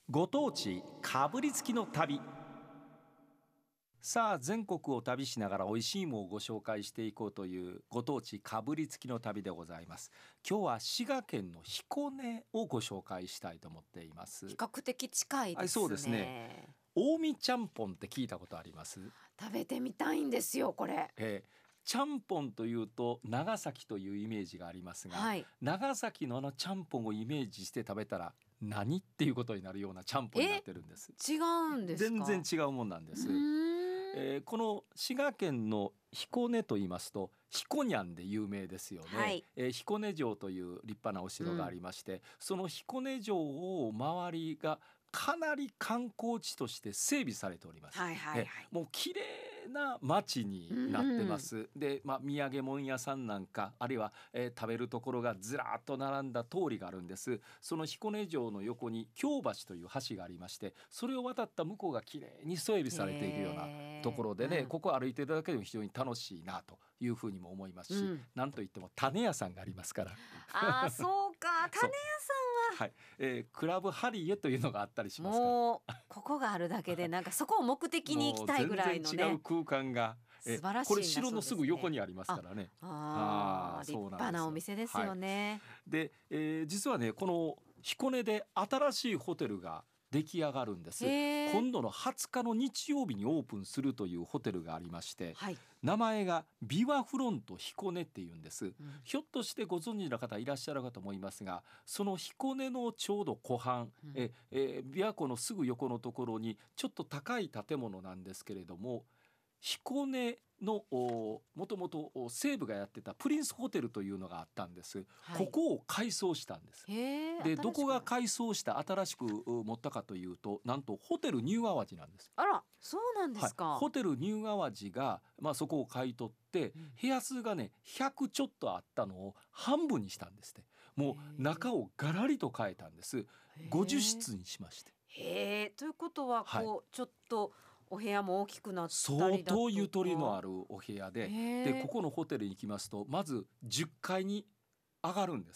ご当地かぶりつきの旅。さあ、全国を旅しながら美味しいものをご紹介していこうというご当地かぶりつきの旅でございます。今日は滋賀県の彦根をご紹介したいと思っています。 比較的近いですね。 そうですね。近江ちゃんぽんって聞いたことあります？ 食べてみたいんですよこれ。 ちゃんぽんというと長崎というイメージがありますが、 はい、 長崎のちゃんぽんをイメージして食べたら何っていうことになるようなちゃんぽんになってるんです。 違うんですか？ 全然違うもんなんです。この滋賀県の彦根と言いますと彦にゃんで有名ですよね。 はい、 彦根城という立派なお城がありまして、その彦根城を周りがかなり観光地として整備されております。もう綺麗な街になってます。で、土産物屋さんなんかあるいは、食べるところがずらっと並んだ通りがあるんです。その彦根城の横に京橋という橋がありまして、それを渡った向こうが綺麗に整備されているようなところでね、ここ歩いているだけでも非常に楽しいなというふうにも思いますし、なんといっても種屋さんがありますから。 そうか、種屋さんはクラブハリエというのがあったりしますから、 もうここがあるだけでなんかそこを目的に行きたいぐらいのね、 全然違う空間が素晴らしいこれ城のすぐ横にありますからね。 立派なお店ですよね。 で、実はね、この彦根で新しいホテルが出来上がるんです。今度の20日の日曜日にオープンするというホテルがありまして、名前がビワフロント彦根っていうんです。ひょっとしてご存知の方いらっしゃるかと思いますが、その彦根のちょうど湖畔、琵琶湖のすぐ横のところにちょっと高い建物なんですけれども、彦根のもともと西武がやってたプリンスホテルというのがあったんです。ここを改装したんです。で、どこが改装した新しく持ったかというと、なんとホテルニューアワジなんです。 あら、そうなんですか。 ホテルニューアワジが、そこを買い取って、部屋数がね100ちょっとあったのを半分にしたんですね。もう中をガラリと変えたんです。50室にしまして。 ということはちょっとお部屋も大きくなったり相だとか、 当ゆとりのあるお部屋で、ここのホテルに行きますとまず10階に上がるんです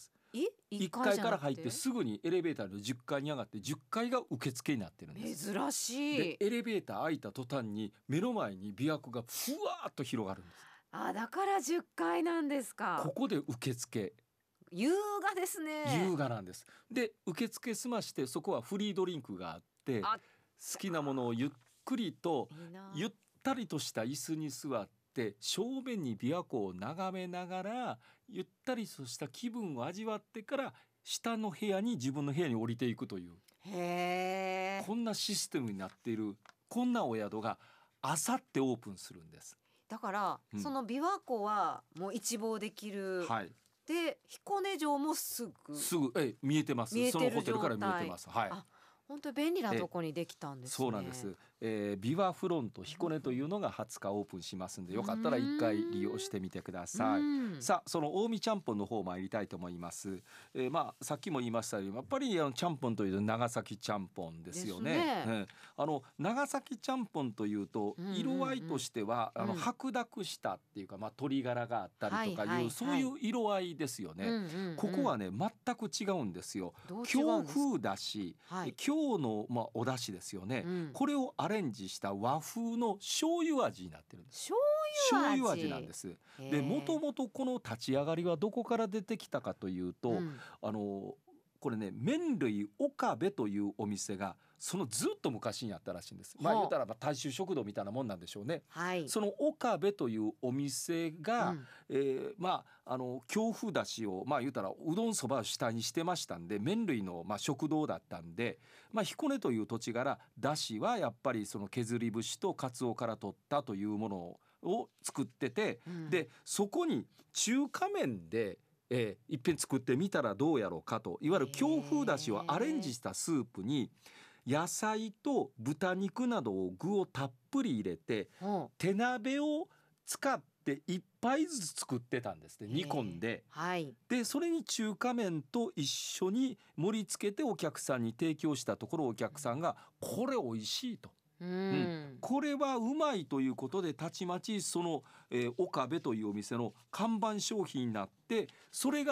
。1階から入ってすぐにエレベーターで10階に上がって10階が受付になってるんです。 珍しい。 でエレベーター開いた途端に目の前に琵琶湖がふわーっと広がるんです。 だから10階なんですか。 ここで受付、 優雅ですね。 優雅なんです。で受付済まして、そこはフリードリンクがあって、好きなものをゆっくりとゆったりとした椅子に座って正面に琵琶湖を眺めながらゆったりとした気分を味わってから下の部屋に自分の部屋に降りていくという、こんなシステムになっている、こんなお宿があさってオープンするんです。 だから、その琵琶湖はもう一望できる、で彦根城もすぐ見えてます。そのホテルから見えてます。 本当に便利なとこにできたんですね。 そうなんです。ビワフロント彦根というのが20日オープンしますんで、よかったら1回利用してみてください。さあ、その近江ちゃんぽんの方参りたいと思います。さっきも言いましたように、やっぱりちゃんぽんというと長崎ちゃんぽんですよね。長崎ちゃんぽんというと色合いとしては白濁したっていうか、鶏ガラがあったりとかいう、そういう色合いですよね。ここはね全く違うんですよ。京風だし、京のお出汁ですよね。これをアレンジした和風の醤油味になってるんです。醤油味なんです。で、もともとこの立ち上がりはどこから出てきたかというと、これね、麺類岡部というお店がそのずっと昔にあったらしいんです。言うたら大衆食堂みたいなもんなんでしょうね。その岡部というお店が、京風だしを言うたらうどんそばを主体にしてましたんで、麺類の食堂だったんで、彦根という土地柄だしはやっぱりその削り節とカツオから取ったというものを作ってて、でそこに中華麺でいっぺん作ってみたらどうやろうかと、いわゆる京風だしをアレンジしたスープに野菜と豚肉などを具をたっぷり入れて、手鍋を使って1杯ずつ作ってたんですね、煮込んで。でそれに中華麺と一緒に盛り付けてお客さんに提供したところ、お客さんがこれ美味しいと、これはうまいということで、たちまちその岡部というお店の看板商品になって、それが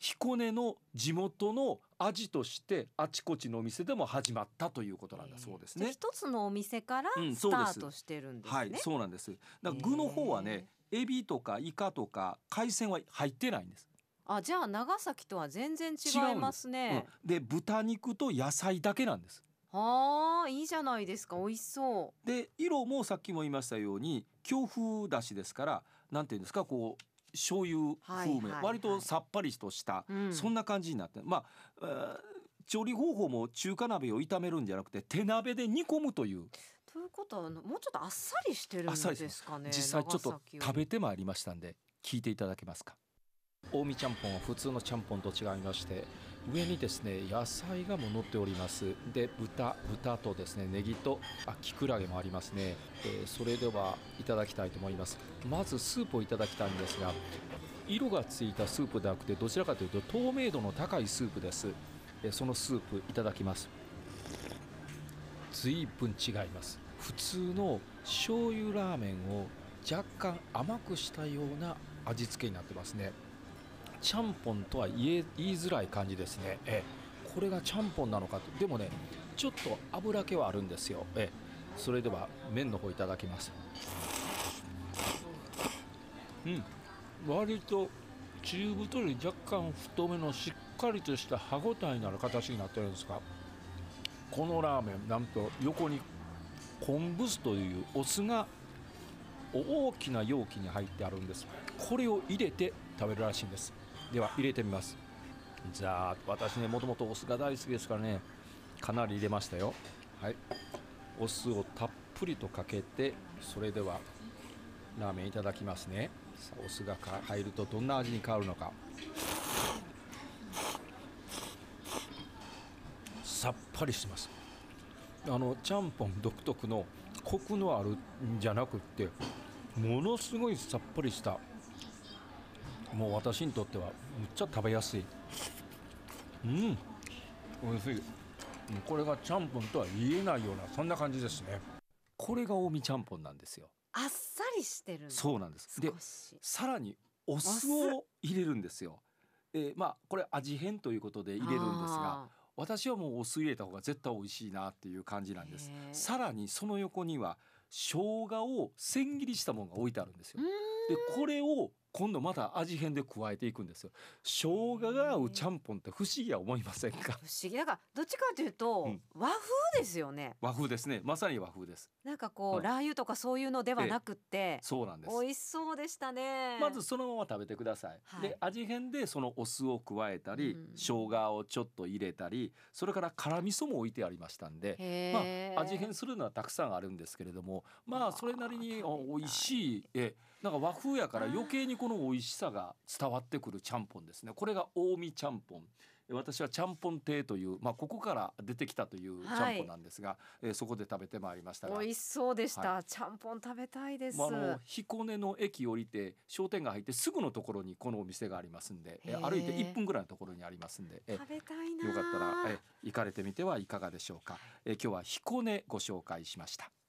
彦根の地元の味としてあちこちのお店でも始まったということなんだそうですね。 一つのお店からスタートしてるんですね。 はい、そうなんです。だから具の方はね、エビとかイカとか海鮮は入ってないんです。 あ、じゃあ長崎とは全然違いますね。 で豚肉と野菜だけなんです。 ああ、いいじゃないですか、美味しそう。 で色もさっきも言いましたように京風だしですから、なんていうんですか、こう醤油風味、割とさっぱりとした、そんな感じになって、調理方法も中華鍋を炒めるんじゃなくて手鍋で煮込むという。 ということはもうちょっとあっさりしてるんですかね。 実際ちょっと食べてまいりましたんで聞いていただけますか。近江ちゃんぽんは普通のちゃんぽんと違いまして、上にですね野菜がも乗っております。で豚とですねネギときくらげもありますね。それではいただきたいと思います。まずスープをいただきたいんですが、色がついたスープではなくてどちらかというと透明度の高いスープです。そのスープいただきます。随分違います。普通の醤油ラーメンを若干甘くしたような味付けになってますね。ちゃんぽんとは言いづらい感じですね。これがちゃんぽんなのかと。でもねちょっと油気はあるんですよ。それでは麺の方いただきます。割と中太より若干太めのしっかりとした歯ごたえのある形になってるんですが、このラーメンなんと横に昆布酢というお酢が大きな容器に入ってあるんです。これを入れて食べるらしいんです。では入れてみます。じゃあ私ねもともとお酢が大好きですからね、かなり入れましたよ。はい、お酢をたっぷりとかけて、それではラーメンいただきますね。さあお酢が入るとどんな味に変わるのか。さっぱりしてます。ちゃんぽん独特のコクのあるんじゃなくって、ものすごいさっぱりした、もう私にとってはむっちゃ食べやすい。美味しい。これがちゃんぽんとは言えないようなそんな感じですね。これが近江ちゃんぽんなんですよ。 あっさりしてる。 そうなんです。でさらにお酢を入れるんですよ。これ味変ということで入れるんですが、私はもうお酢入れた方が絶対美味しいなっていう感じなんです。さらにその横には生姜を千切りしたものが置いてあるんですよ。でこれを今度また味変で加えていくんですよ。生姜が合うちゃんぽんって不思議や思いませんか。 不思議。だからどっちかというと、和風ですよね。 和風ですね。まさに和風です。 なんかこう、ラー油とかそういうのではなくって、 そうなんです。 美味しそうでしたね。 まずそのまま食べてください。で味変でそのお酢を加えたり、生姜をちょっと入れたり、それから辛味噌も置いてありましたんで、味変するのはたくさんあるんですけれども、それなりに美味しい。なんか和風やから余計にこの美味しさが伝わってくるちゃんぽんですね。これが近江ちゃんぽん。私はちゃんぽん亭という、ここから出てきたというちゃんぽんなんですが、そこで食べてまいりましたが、 美味しそうでした。ちゃんぽん食べたいです。 彦根の駅降りて商店街入ってすぐのところにこのお店がありますんで、歩いて1分ぐらいのところにありますんで、 食べたいな。 よかったら行かれてみてはいかがでしょうか。今日は彦根ご紹介しました。